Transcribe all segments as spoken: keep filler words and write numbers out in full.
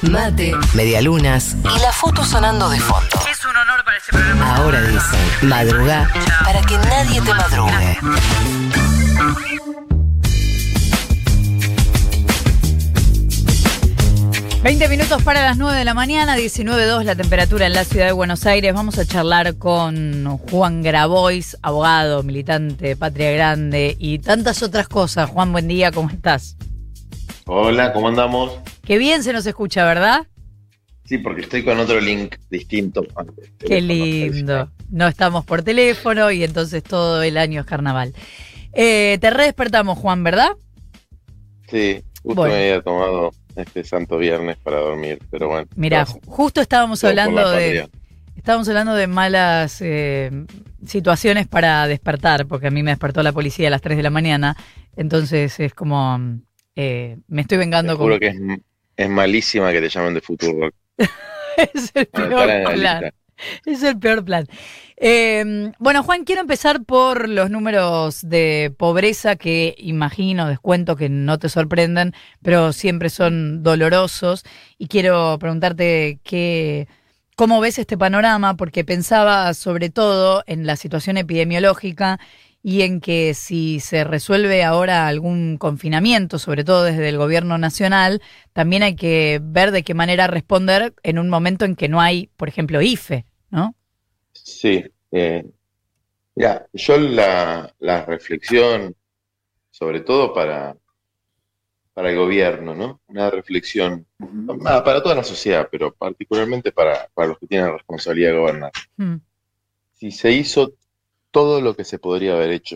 mate, medialunas y la foto sonando de fondo. Es un honor para este programa. Ahora dicen, madrugá para que nadie te madrugue. veinte minutos para las nueve de la mañana, diecinueve punto dos la temperatura en la ciudad de Buenos Aires. Vamos a charlar con Juan Grabois, abogado, militante, Patria Grande y tantas otras cosas. Juan, buen día, ¿cómo estás? Hola, ¿cómo andamos? Qué bien se nos escucha, ¿verdad? Sí, porque estoy con otro link distinto. Qué lindo. No estamos por teléfono y entonces todo el año es carnaval. Eh, te redespertamos, Juan, ¿verdad? Sí, justo bueno. me había tomado este santo viernes para dormir, pero bueno. Mirá, no, justo estábamos todo hablando por la de... patria. Estábamos hablando de malas eh, situaciones para despertar, porque a mí me despertó la policía a las tres de la mañana, entonces es como... Eh, me estoy vengando Te juro con... que es, es malísima que te llamen de Futurock. Es el peor plan. Es el peor plan. Eh, bueno, Juan, quiero empezar por los números de pobreza que imagino, descuento que no te sorprenden, pero siempre son dolorosos. Y quiero preguntarte qué, cómo ves este panorama, porque pensaba sobre todo en la situación epidemiológica y en que si se resuelve ahora algún confinamiento, sobre todo desde el gobierno nacional, también hay que ver de qué manera responder en un momento en que no hay, por ejemplo, I F E, ¿no? Sí, eh, mira, yo la, la reflexión, sobre todo para, para el gobierno, ¿no? Una reflexión ah, para toda la sociedad, pero particularmente para, para los que tienen la responsabilidad de gobernar. Mm. Si se hizo todo lo que se podría haber hecho,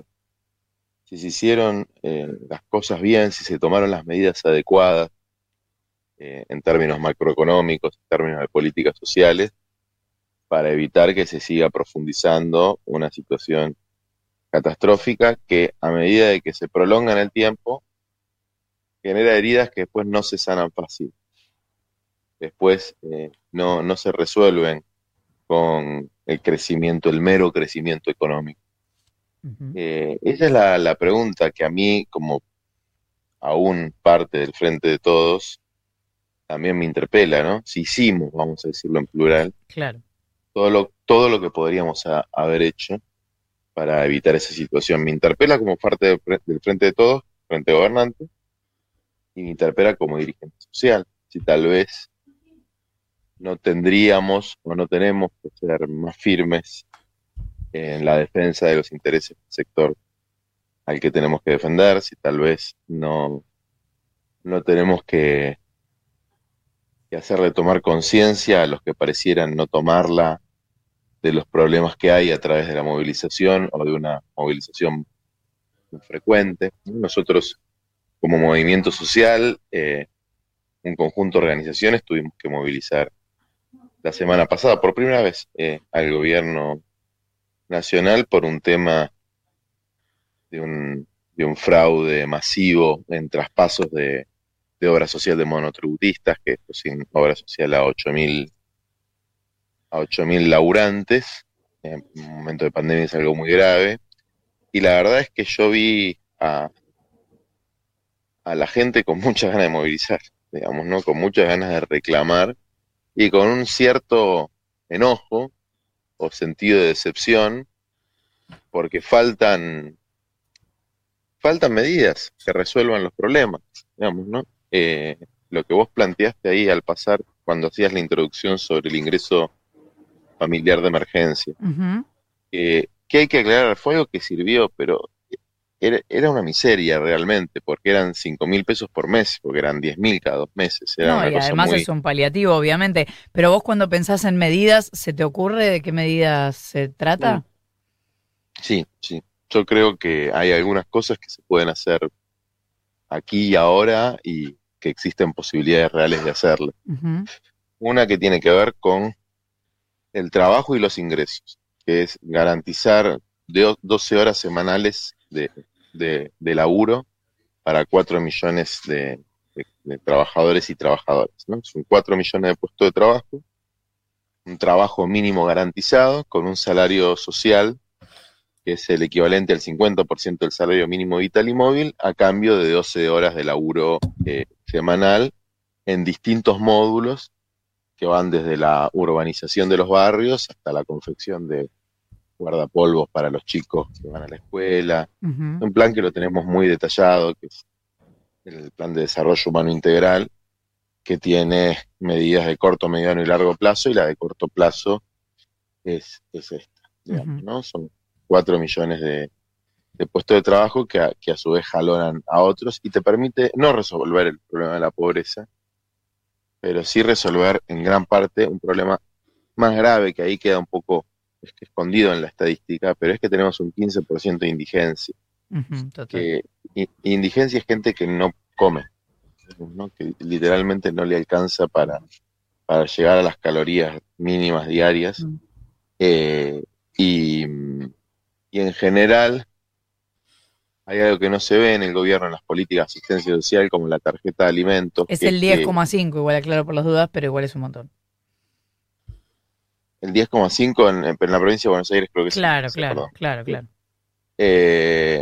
si se hicieron eh, las cosas bien, si se tomaron las medidas adecuadas eh, en términos macroeconómicos, en términos de políticas sociales, para evitar que se siga profundizando una situación catastrófica que a medida de que se prolonga en el tiempo, genera heridas que después no se sanan fácil. Después eh, no, no se resuelven con el crecimiento, el mero crecimiento económico. Uh-huh. Eh, esa es la, la pregunta que a mí, como aún parte del Frente de Todos, también me interpela, ¿no? Si hicimos, vamos a decirlo en plural, Claro. todo lo, todo lo que podríamos a, haber hecho para evitar esa situación. Me interpela como parte del, del Frente de Todos, Frente Gobernante, y me interpela como dirigente social. Si tal vez no tendríamos o no tenemos que ser más firmes en la defensa de los intereses del sector al que tenemos que defender, si tal vez no, no tenemos que, que hacerle tomar conciencia a los que parecieran no tomarla de los problemas que hay a través de la movilización o de una movilización frecuente. Nosotros, como movimiento social, eh, un conjunto de organizaciones, tuvimos que movilizar la semana pasada por primera vez eh, al gobierno nacional por un tema de un, de un fraude masivo en traspasos de, de obra social de monotributistas, que esto sin obra social a ocho mil a ocho mil laburantes. En un momento de pandemia es algo muy grave, y la verdad es que yo vi a, a la gente con muchas ganas de movilizar, digamos, ¿no? Con muchas ganas de reclamar y con un cierto enojo o sentido de decepción, porque faltan faltan medidas que resuelvan los problemas, digamos, ¿no? Eh, lo que vos planteaste ahí al pasar, cuando hacías la introducción sobre el ingreso familiar de emergencia, Uh-huh. eh, que hay que aclarar, fue algo que sirvió, pero era, era una miseria realmente, porque eran cinco mil pesos por mes, porque eran diez mil cada dos meses. Era No, una y cosa además muy... es un paliativo, obviamente. Pero vos cuando pensás en medidas, ¿se te ocurre de qué medidas se trata? Sí, sí. Yo creo que hay algunas cosas que se pueden hacer aquí y ahora y que existen posibilidades reales de hacerlo. Uh-huh. Una que tiene que ver con el trabajo y los ingresos, que es garantizar de doce horas semanales de, de, de laburo para cuatro millones de, de, de trabajadores y trabajadoras, ¿no? Son cuatro millones de puestos de trabajo, un trabajo mínimo garantizado con un salario social que es el equivalente al cincuenta por ciento del salario mínimo vital y móvil, a cambio de doce horas de laburo eh, semanal, en distintos módulos que van desde la urbanización de los barrios hasta la confección de guardapolvos para los chicos que van a la escuela. Uh-huh. Un plan que lo tenemos muy detallado, que es el Plan de Desarrollo Humano Integral, que tiene medidas de corto, mediano y largo plazo, y la de corto plazo es, es esta, digamos, uh-huh. ¿no? Son cuatro millones de, de puestos de trabajo que a, que a su vez jalonan a otros y te permite no resolver el problema de la pobreza, pero sí resolver en gran parte un problema más grave que ahí queda un poco es que escondido en la estadística, pero es que tenemos un quince por ciento de indigencia. Uh-huh, total. Que, indigencia es gente que no come, ¿no? Que literalmente no le alcanza para, para llegar a las calorías mínimas diarias. Uh-huh. eh, y, y en general hay algo que no se ve en el gobierno, en las políticas de asistencia social, como la tarjeta de alimentos. Es el diez coma cinco, igual aclaro por las dudas, pero igual es un montón. El diez coma cinco en, en la provincia de Buenos Aires creo que claro, es. Claro, claro, claro, claro. Eh,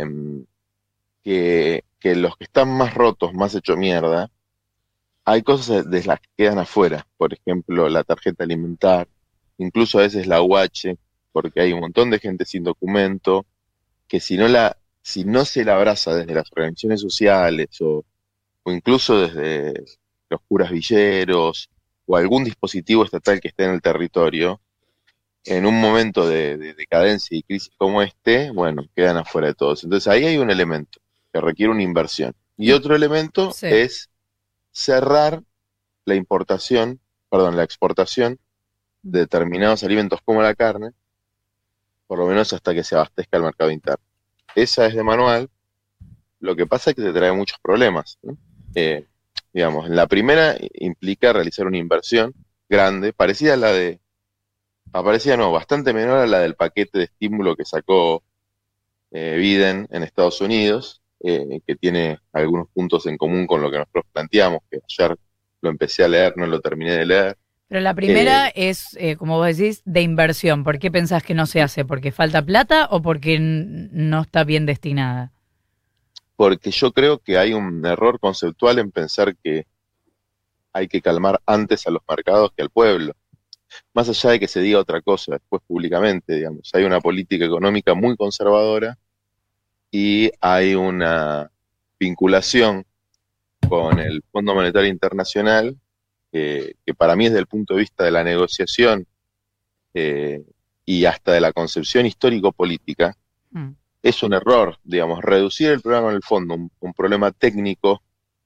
que, que los que están más rotos, más hecho mierda, hay cosas de las que quedan afuera. Por ejemplo, la tarjeta alimentar, incluso a veces la U H, porque hay un montón de gente sin documento, que si no la si no se la abraza desde las organizaciones sociales o, o incluso desde los curas villeros o algún dispositivo estatal que esté en el territorio, en un momento de, de decadencia y crisis como este, bueno, quedan afuera de todos. Entonces ahí hay un elemento que requiere una inversión. Y otro elemento sí. es cerrar la importación, perdón, la exportación de determinados alimentos como la carne, por lo menos hasta que se abastezca el mercado interno. Esa es de manual, lo que pasa es que te trae muchos problemas, ¿no? Eh, digamos, la primera implica realizar una inversión grande, parecida a la de, parecida no, bastante menor a la del paquete de estímulo que sacó eh, Biden en Estados Unidos, eh, que tiene algunos puntos en común con lo que nosotros planteamos, que ayer lo empecé a leer, no lo terminé de leer. Pero la primera eh, es, eh, como vos decís, de inversión. ¿Por qué pensás que no se hace? ¿Porque falta plata o porque n- no está bien destinada? Porque yo creo que hay un error conceptual en pensar que hay que calmar antes a los mercados que al pueblo. Más allá de que se diga otra cosa después públicamente, digamos, hay una política económica muy conservadora y hay una vinculación con el Fondo Monetario Internacional que, que para mí desde el punto de vista de la negociación eh, y hasta de la concepción histórico-política mm. es un error, digamos, reducir el problema en el fondo, un, un problema técnico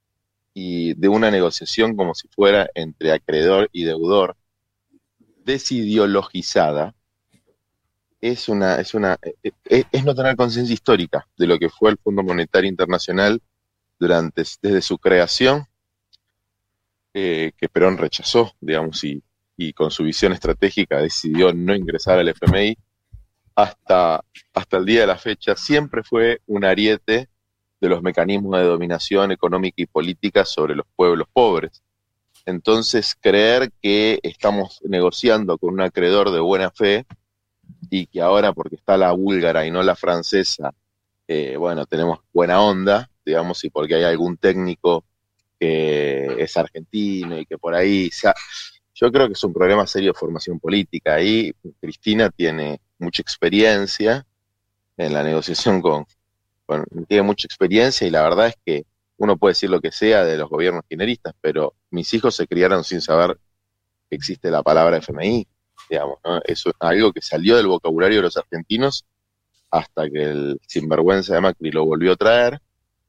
y de una negociación como si fuera entre acreedor y deudor, desideologizada, es una, es una, es, es no tener conciencia histórica de lo que fue el Fondo Monetario Internacional durante, desde su creación, eh, que Perón rechazó, digamos, y, y con su visión estratégica decidió no ingresar al F M I, hasta, hasta el día de la fecha, siempre fue un ariete de los mecanismos de dominación económica y política sobre los pueblos pobres. Entonces, creer que estamos negociando con un acreedor de buena fe y que ahora, porque está la búlgara y no la francesa, eh, bueno, tenemos buena onda, digamos, y porque hay algún técnico que es argentino y que por ahí... O sea, yo creo que es un problema serio de formación política. Ahí Cristina tiene mucha experiencia en la negociación con... Bueno, tiene mucha experiencia y la verdad es que uno puede decir lo que sea de los gobiernos kirchneristas, pero mis hijos se criaron sin saber que existe la palabra F M I, digamos, ¿no? Eso es algo que salió del vocabulario de los argentinos hasta que el sinvergüenza de Macri lo volvió a traer.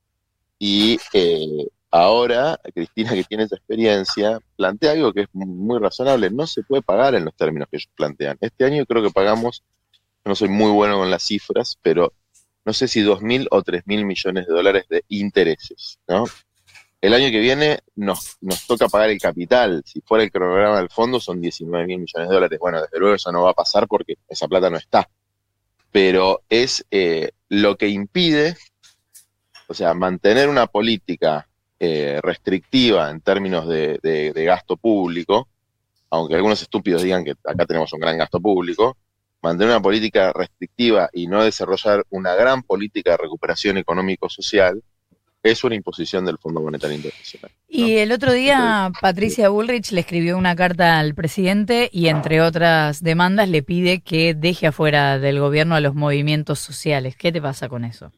Y eh, ahora Cristina, que tiene esa experiencia, plantea algo que es muy razonable. No se puede pagar en los términos que ellos plantean. Este año creo que pagamos, no soy muy bueno con las cifras, pero no sé si dos mil o tres mil millones de dólares de intereses, ¿no? El año que viene nos, nos toca pagar el capital. Si fuera el cronograma del fondo son diecinueve mil millones de dólares. Bueno, desde luego eso no va a pasar porque esa plata no está. Pero es eh, lo que impide, o sea, mantener una política eh, restrictiva en términos de, de, de gasto público, aunque algunos estúpidos digan que acá tenemos un gran gasto público, mantener una política restrictiva y no desarrollar una gran política de recuperación económico-social, es una imposición del Fondo Monetario Internacional, ¿no? Y el otro día Entonces, Patricia Bullrich le escribió una carta al presidente y entre otras demandas le pide que deje afuera del gobierno a los movimientos sociales. ¿Qué te pasa con eso?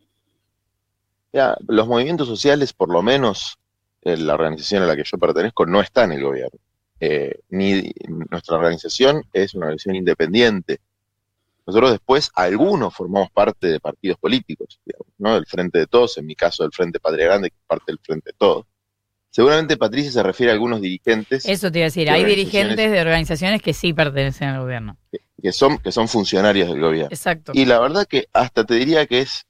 ya, los movimientos sociales, por lo menos eh, la organización a la que yo pertenezco, no está en el gobierno. Eh, ni nuestra organización es una organización independiente. Nosotros después, algunos formamos parte de partidos políticos, digamos, ¿no? Del Frente de Todos, en mi caso del Frente Patria Grande, que es parte del Frente de Todos. Seguramente Patricia se refiere a algunos dirigentes. Eso te iba a decir, de hay organizaciones dirigentes de organizaciones que sí pertenecen al gobierno. que, que son, que son funcionarios del gobierno. Exacto. Y la verdad que hasta te diría que es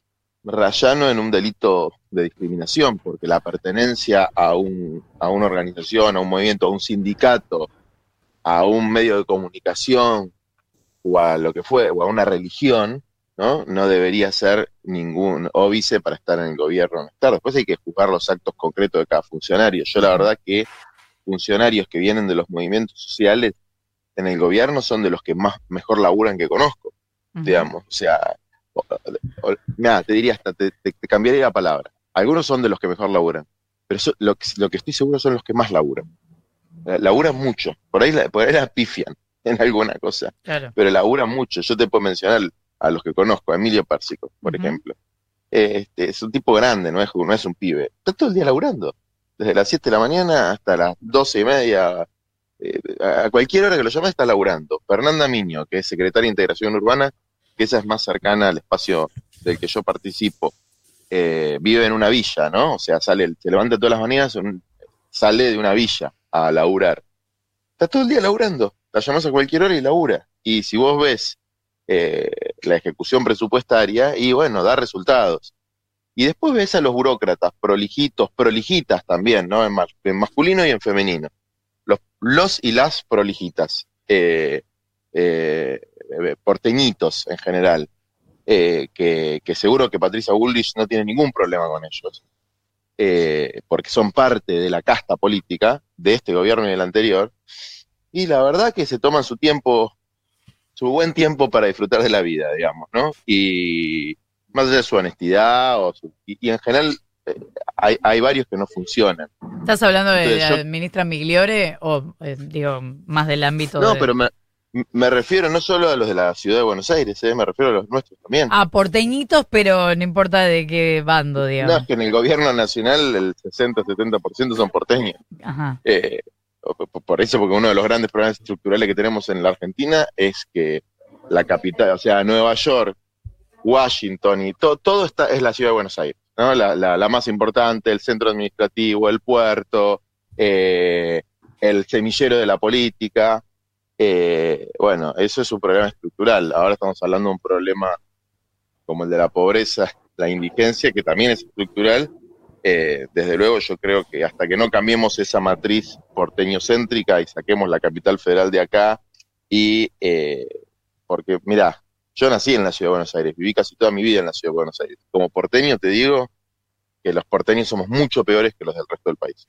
rayano en un delito de discriminación, porque la pertenencia a, un, a una organización, a un movimiento, a un sindicato, a un medio de comunicación, o a lo que fue, o a una religión, ¿no? No debería ser ningún óbice para estar en el gobierno o no estar. Después hay que juzgar los actos concretos de cada funcionario. Yo la verdad que funcionarios que vienen de los movimientos sociales en el gobierno son de los que más mejor laburan que conozco, uh-huh. digamos. O sea, o, o, mira, te diría hasta, te, te, te cambiaría la palabra. Algunos son de los que mejor laburan, pero so, lo, lo que estoy seguro son los que más laburan. Laburan mucho, por ahí, por ahí la pifian en alguna cosa, claro. Pero laburan mucho. Yo te puedo mencionar a los que conozco, a Emilio Pérsico, por uh-huh. ejemplo. Este, es un tipo grande, no es, no es un pibe. Está todo el día laburando, desde las siete de la mañana hasta las doce y media, eh, a cualquier hora que lo llames está laburando. Fernanda Miño, que es secretaria de Integración Urbana, que esa es más cercana al espacio del que yo participo, eh, vive en una villa, ¿no? O sea, sale, se levanta todas las mañanas, sale de una villa a laburar. Está todo el día laburando. La llamás a cualquier hora y labura. Y si vos ves eh, la ejecución presupuestaria, y bueno, da resultados. Y después ves a los burócratas, prolijitos, prolijitas también, ¿no? En, mas, en masculino y en femenino. Los, los y las prolijitas, eh, eh, porteñitos en general, eh, que, que seguro que Patricia Bullrich no tiene ningún problema con ellos, eh, porque son parte de la casta política de este gobierno y del anterior. Y la verdad que se toman su tiempo, su buen tiempo para disfrutar de la vida, digamos, ¿no? Y más allá de su honestidad, o su, y, y en general eh, hay, hay varios que no funcionan. ¿Estás hablando de Entonces, la yo, ministra Migliore o, eh, digo, más del ámbito No, de... pero me, me refiero no solo a los de la ciudad de Buenos Aires, eh, me refiero a los nuestros también. Ah, porteñitos, pero no importa de qué bando, digamos. No, es que en el gobierno nacional el sesenta a setenta por ciento son porteños. Ajá. Eh, Por eso, porque uno de los grandes problemas estructurales que tenemos en la Argentina es que la capital, o sea, Nueva York, Washington y todo, todo está, es la ciudad de Buenos Aires, ¿no? La, la, la más importante, el centro administrativo, el puerto, eh, el semillero de la política. Eh, bueno, eso es un problema estructural. Ahora estamos hablando de un problema como el de la pobreza, la indigencia, que también es estructural. Eh, desde luego yo creo que hasta que no cambiemos esa matriz porteñocéntrica y saquemos la capital federal de acá, y eh, porque mirá, yo nací en la ciudad de Buenos Aires, viví casi toda mi vida en la ciudad de Buenos Aires. Como porteño te digo que los porteños somos mucho peores que los del resto del país.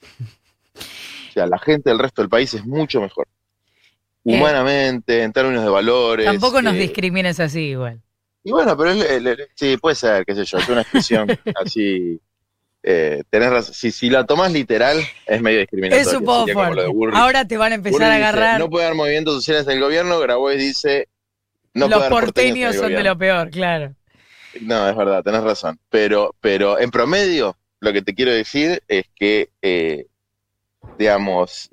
O sea, la gente del resto del país es mucho mejor. Humanamente, en términos de valores. Tampoco nos eh, discrimines así igual. Y bueno, pero es, es, sí, puede ser, qué sé yo, es una expresión así... Eh, tenés razón. Si, si la tomás literal, es medio discriminatorio. Es un poco fuerte. Ahora te van a empezar Burri a agarrar. Dice, no puede haber movimientos sociales en el gobierno. Grabois dice. No Los puede haber porteños son gobierno. de lo peor, claro. No, es verdad, tenés razón. Pero, pero en promedio, lo que te quiero decir es que, eh, digamos,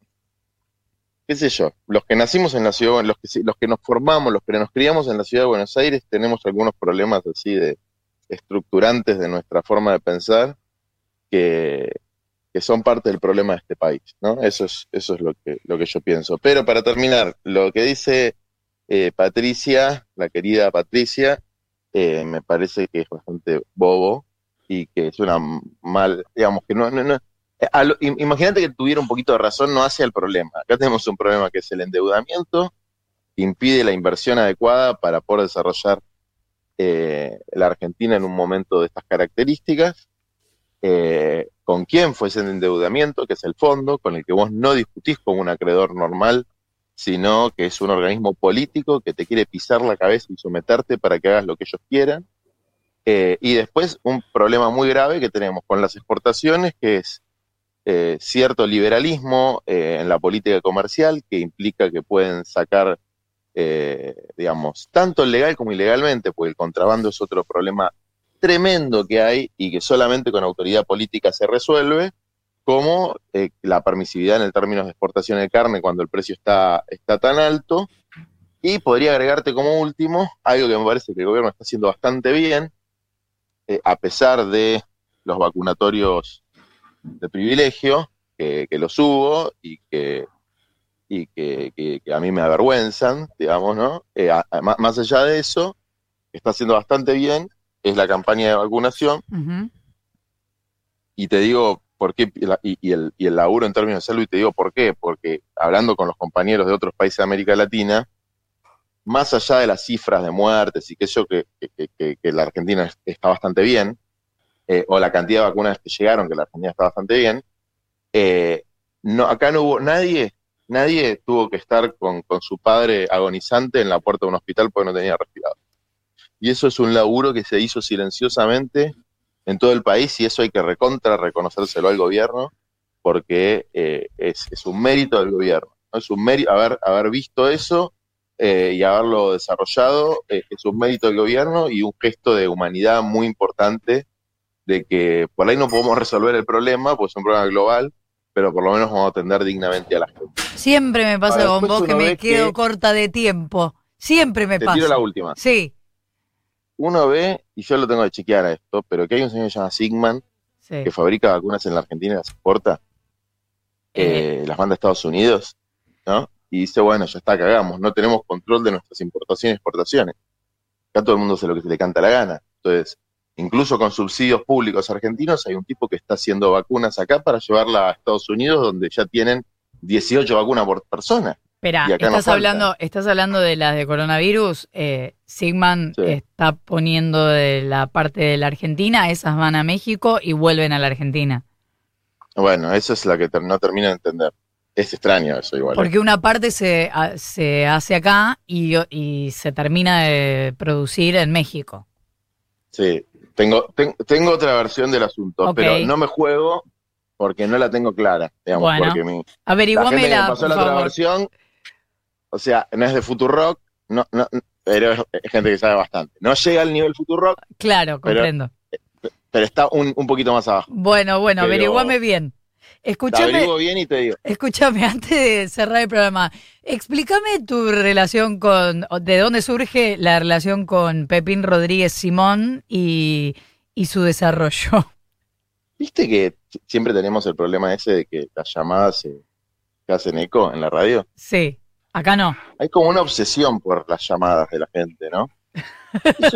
qué sé yo, los que nacimos en la ciudad, los que, los que nos formamos, los que nos criamos en la ciudad de Buenos Aires, tenemos algunos problemas así de estructurantes de nuestra forma de pensar. Que, que son parte del problema de este país, ¿no? Eso es, eso es lo que, lo que yo pienso. Pero para terminar, lo que dice eh, Patricia, la querida Patricia, eh, me parece que es bastante bobo y que es una mal, digamos, que no, no, no lo, imagínate que tuviera un poquito de razón, no hace el problema. Acá tenemos un problema que es el endeudamiento, que impide la inversión adecuada para poder desarrollar eh, la Argentina en un momento de estas características. Eh, con quién fue ese endeudamiento, que es el fondo, con el que vos no discutís como un acreedor normal, sino que es un organismo político que te quiere pisar la cabeza y someterte para que hagas lo que ellos quieran. Eh, y después un problema muy grave que tenemos con las exportaciones, que es eh, cierto liberalismo eh, en la política comercial, que implica que pueden sacar, eh, digamos, tanto legal como ilegalmente, porque el contrabando es otro problema tremendo que hay y que solamente con autoridad política se resuelve, como eh, la permisividad en el términos de exportación de carne cuando el precio está, está tan alto. Y podría agregarte como último algo que me parece que el gobierno está haciendo bastante bien, eh, a pesar de los vacunatorios de privilegio, que, que los hubo y que y que, que, que a mí me avergüenzan, digamos, ¿no? Eh, a, a, más allá de eso, está haciendo bastante bien, es la campaña de vacunación. Uh-huh. Y te digo por qué, y, y, el, y el laburo en términos de salud, y te digo por qué, porque hablando con los compañeros de otros países de América Latina, más allá de las cifras de muertes y que eso que, que, que, que la Argentina está bastante bien, eh, o la cantidad de vacunas que llegaron, que la Argentina está bastante bien, eh, no, acá no hubo nadie, nadie tuvo que estar con, con su padre agonizante en la puerta de un hospital porque no tenía respirador. Y eso es un laburo que se hizo silenciosamente en todo el país, y eso hay que recontra reconocérselo al gobierno, porque eh, es, es un mérito del gobierno, ¿no? Es un mérito haber, haber visto eso eh, y haberlo desarrollado, eh, es un mérito del gobierno y un gesto de humanidad muy importante, de que por ahí no podemos resolver el problema, porque es un problema global, pero por lo menos vamos a atender dignamente a la gente. Siempre me pasa con vos que me quedo que corta de tiempo. Siempre me te pasa. Te tiro la última. Sí. Uno ve, y yo lo tengo que chequear a esto, pero que hay un señor que se llama Sigman, sí, que fabrica vacunas en la Argentina y las exporta, eh. Eh, las manda a Estados Unidos, ¿no? Y dice, bueno, ya está, cagamos, no tenemos control de nuestras importaciones y exportaciones. Acá todo el mundo hace lo que se le canta la gana. Entonces, incluso con subsidios públicos argentinos, hay un tipo que está haciendo vacunas acá para llevarla a Estados Unidos, donde ya tienen dieciocho vacunas por persona. Espera, ¿estás hablando, ¿estás hablando de las de coronavirus? Eh, Sigman sí. está poniendo de la parte de la Argentina, esas van a México y vuelven a la Argentina. Bueno, eso es la que no termino de entender. Es extraño eso igual. Porque una parte se, se hace acá y, y se termina de producir en México. Sí, tengo, ten, tengo otra versión del asunto, okay, pero no me juego porque no la tengo clara, digamos, bueno, porque mi, averiguame la gente la, que me pasó la otra favor. versión, o sea, no es de Futurock, no, no, pero es, es gente que sabe bastante. No llega al nivel Futurock. Claro, comprendo. Pero, pero está un, un poquito más abajo. Bueno, bueno, pero, averiguame bien. Escúchame, averiguo bien y te digo. Escúchame, antes de cerrar el programa, explícame tu relación con, de dónde surge la relación con Pepín Rodríguez Simón y, y su desarrollo. ¿Viste que siempre tenemos el problema ese de que las llamadas se, se hacen eco en la radio? Sí, acá no. Hay como una obsesión por las llamadas de la gente, ¿no? Eso,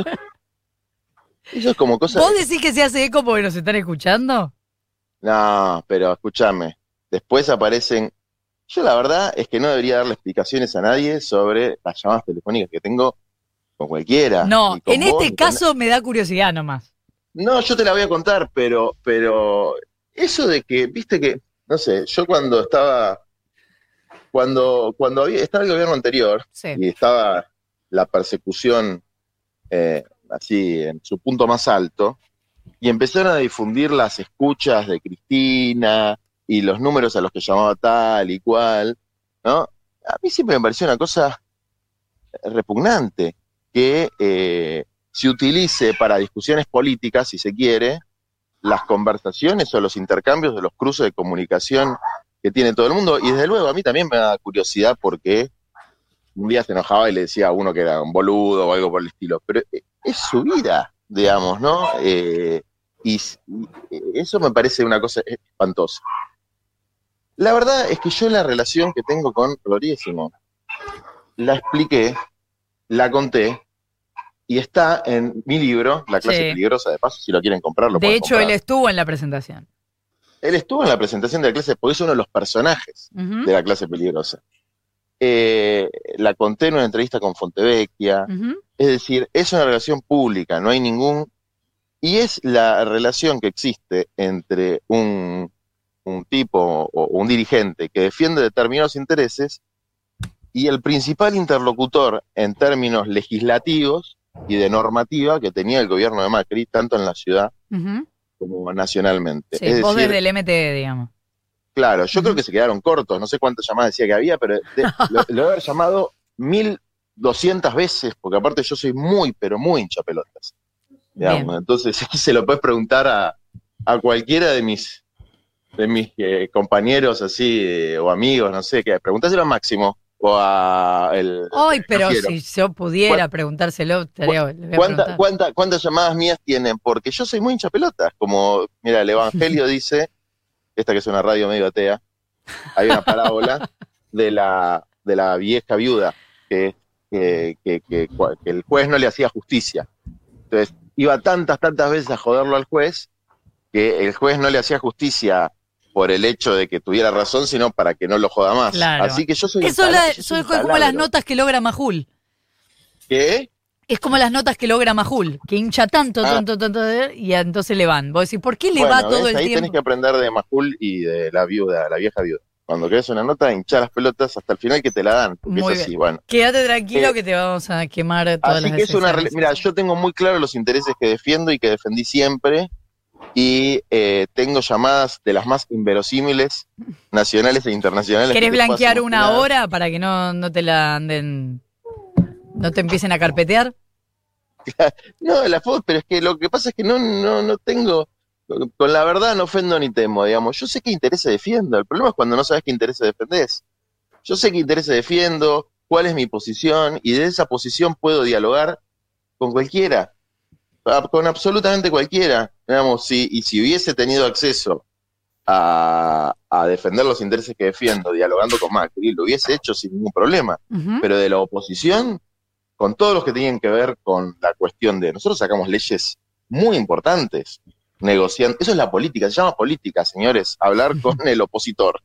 eso es como cosa... ¿Vos decís que se hace eco porque nos están escuchando? No, pero escúchame, después aparecen... Yo la verdad es que no debería darle explicaciones a nadie sobre las llamadas telefónicas que tengo con cualquiera. No, con en vos, este caso con... me da curiosidad nomás. No, yo te la voy a contar, pero, pero eso de que, viste que, no sé, yo cuando estaba, cuando, cuando había, estaba el gobierno anterior, sí, y estaba la persecución eh, así en su punto más alto, y empezaron a difundir las escuchas de Cristina y los números a los que llamaba tal y cual, ¿no? A mí siempre me pareció una cosa repugnante que eh, se utilice para discusiones políticas, si se quiere, las conversaciones o los intercambios de los cruces de comunicación que tiene todo el mundo. Y desde luego a mí también me da curiosidad porque un día se enojaba y le decía a uno que era un boludo o algo por el estilo, pero es su vida, digamos, ¿no? Eh, y, y eso me parece una cosa espantosa. La verdad es que yo la relación que tengo con Rodríguez Simón la expliqué, la conté, y está en mi libro, La clase sí. peligrosa, de paso, si lo quieren comprar, lo de pueden hecho, comprar. Él estuvo en la presentación. Él estuvo en la presentación de La clase, porque es uno de los personajes uh-huh. de La clase peligrosa. Eh, la conté en una entrevista con Fontevecchia, uh-huh. es decir, es una relación pública, no hay ningún... Y es la relación que existe entre un, un tipo o un dirigente que defiende determinados intereses y el principal interlocutor en términos legislativos y de normativa que tenía el gobierno de Macri, tanto en la ciudad uh-huh. como nacionalmente. Sí, es vos decir, desde el M T E, digamos. Claro, yo uh-huh. creo que se quedaron cortos, no sé cuántas llamadas decía que había, pero de, lo, lo he haber llamado mil doscientas veces, porque aparte yo soy muy, pero muy hinchapelotas. Digamos. Entonces se lo puedes preguntar a, a cualquiera de mis de mis eh, compañeros así eh, o amigos, no sé, que preguntáselo a Máximo o a el Ay, pero quiero. si yo pudiera preguntárselo, estaría, le voy a ¿Cuánta, cuánta, ¿Cuántas llamadas mías tienen? Porque yo soy muy hinchapelotas, como, mira, el Evangelio dice, esta que es una radio medio atea, hay una parábola de la, de la vieja viuda, que, que, que, que, que el juez no le hacía justicia. Entonces, iba tantas, tantas veces a joderlo al juez, que el juez no le hacía justicia por el hecho de que tuviera razón, sino para que no lo joda más. Claro. Así que yo soy... Eso la, yo soy como taladro. Las notas que logra Majul. ¿Qué? Es como las notas que logra Majul, que hincha tanto, ah. tanto, tanto, y entonces le van. Vos decís, ¿por qué le bueno, va todo ves, el ahí tiempo? Tenés que aprender de Majul y de la viuda, la vieja viuda. Cuando querés una nota, hinchar las pelotas hasta el final que te la dan. Porque muy es así, bien. Bueno. Quédate tranquilo eh, que te vamos a quemar todas así las que es una Mira, yo tengo muy claro los intereses que defiendo y que defendí siempre. Y eh, tengo llamadas de las más inverosímiles, nacionales e internacionales. ¿Querés que blanquear una hora para que no, no te la anden, no te empiecen a carpetear? No, la foto, pero es que lo que pasa es que no, no, no tengo, con la verdad no ofendo ni temo, digamos. Yo sé qué intereses defiendo, el problema es cuando no sabes qué intereses defendés. Yo sé qué intereses defiendo, cuál es mi posición, y de esa posición puedo dialogar con cualquiera. Con absolutamente cualquiera, digamos, si, y si hubiese tenido acceso a, a defender los intereses que defiendo, dialogando con Macri, lo hubiese hecho sin ningún problema. Uh-huh. Pero de la oposición, con todos los que tienen que ver con la cuestión de... Nosotros sacamos leyes muy importantes, negociando... Eso es la política, se llama política, señores, hablar con el opositor.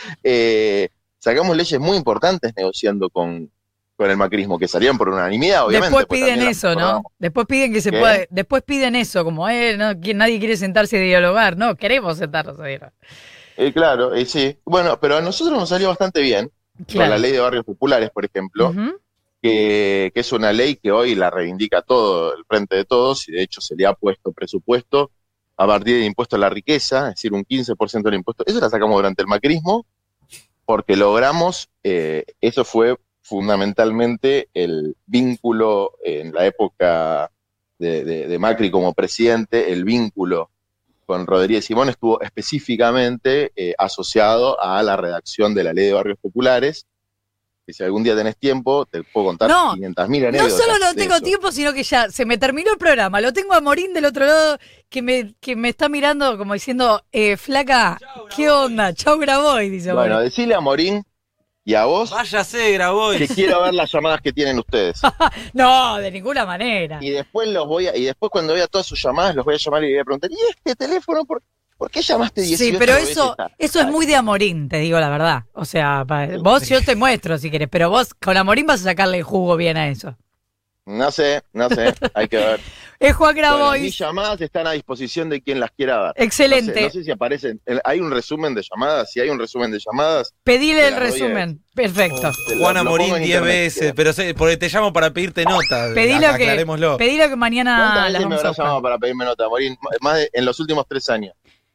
eh, sacamos leyes muy importantes negociando con... con el macrismo, que salían por unanimidad, obviamente. Después piden eso, ¿no? Después piden que se ¿Qué? pueda, después piden eso, como, eh, no, nadie quiere sentarse a dialogar, no, queremos sentarnos a dialogar. Eh, claro, eh, sí. Bueno, pero a nosotros nos salió bastante bien, claro. Con la ley de barrios populares, por ejemplo, uh-huh. que, que es una ley que hoy la reivindica todo el Frente de Todos, y de hecho se le ha puesto presupuesto a partir del impuesto a la riqueza, es decir, un quince por ciento del impuesto. Eso la sacamos durante el macrismo, porque logramos, eh, eso fue fundamentalmente el vínculo en la época de, de, de Macri como presidente, el vínculo con Rodríguez Simón estuvo específicamente eh, asociado a la redacción de la Ley de Barrios Populares, que si algún día tenés tiempo, te puedo contar no, quinientas mil anécdotas. No solo no tengo tiempo, sino que ya se me terminó el programa, lo tengo a Morín del otro lado, que me, que me está mirando como diciendo, eh, flaca, chau, ¿qué onda? Chau, Grabois, dice Bueno, Morín. decile a Morín y a vos, váyase, Grabois, que quiero ver las llamadas que tienen ustedes. No, de ninguna manera. Y después los voy a, y después cuando vea todas sus llamadas, los voy a llamar y les voy a preguntar, ¿y este teléfono por, por qué llamaste dieciocho Sí, pero veces? eso, eso es muy de Amorín, te digo la verdad. O sea, vos yo te muestro si querés, pero vos con Amorín vas a sacarle jugo bien a eso. No sé, no sé, hay que ver. Es Juan Grabois. Bueno, mis llamadas están a disposición de quien las quiera ver. Excelente. No sé, no sé si aparecen. ¿Hay un resumen de llamadas? Si hay un resumen de llamadas. Pedile el resumen. Perfecto. Oh, Juan Amorín diez veces, pero sé, porque te llamo para pedirte nota. Pedilo que, pedilo que mañana las vamos me habrás llamado para pedirme nota, Amorín? Más de, en los últimos tres años.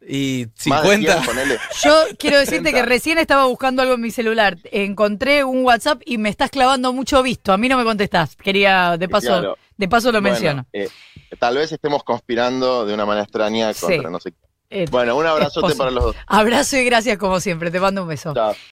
Y cincuenta. Yo quiero decirte que recién estaba buscando algo en mi celular. Encontré un WhatsApp y me estás clavando mucho visto. A mí no me contestás. Quería, de paso, claro. de paso lo bueno, menciono. Eh, tal vez estemos conspirando de una manera extraña contra sí. no sé qué. Eh, bueno, un abrazote para los dos. Abrazo y gracias como siempre. Te mando un beso. Chao.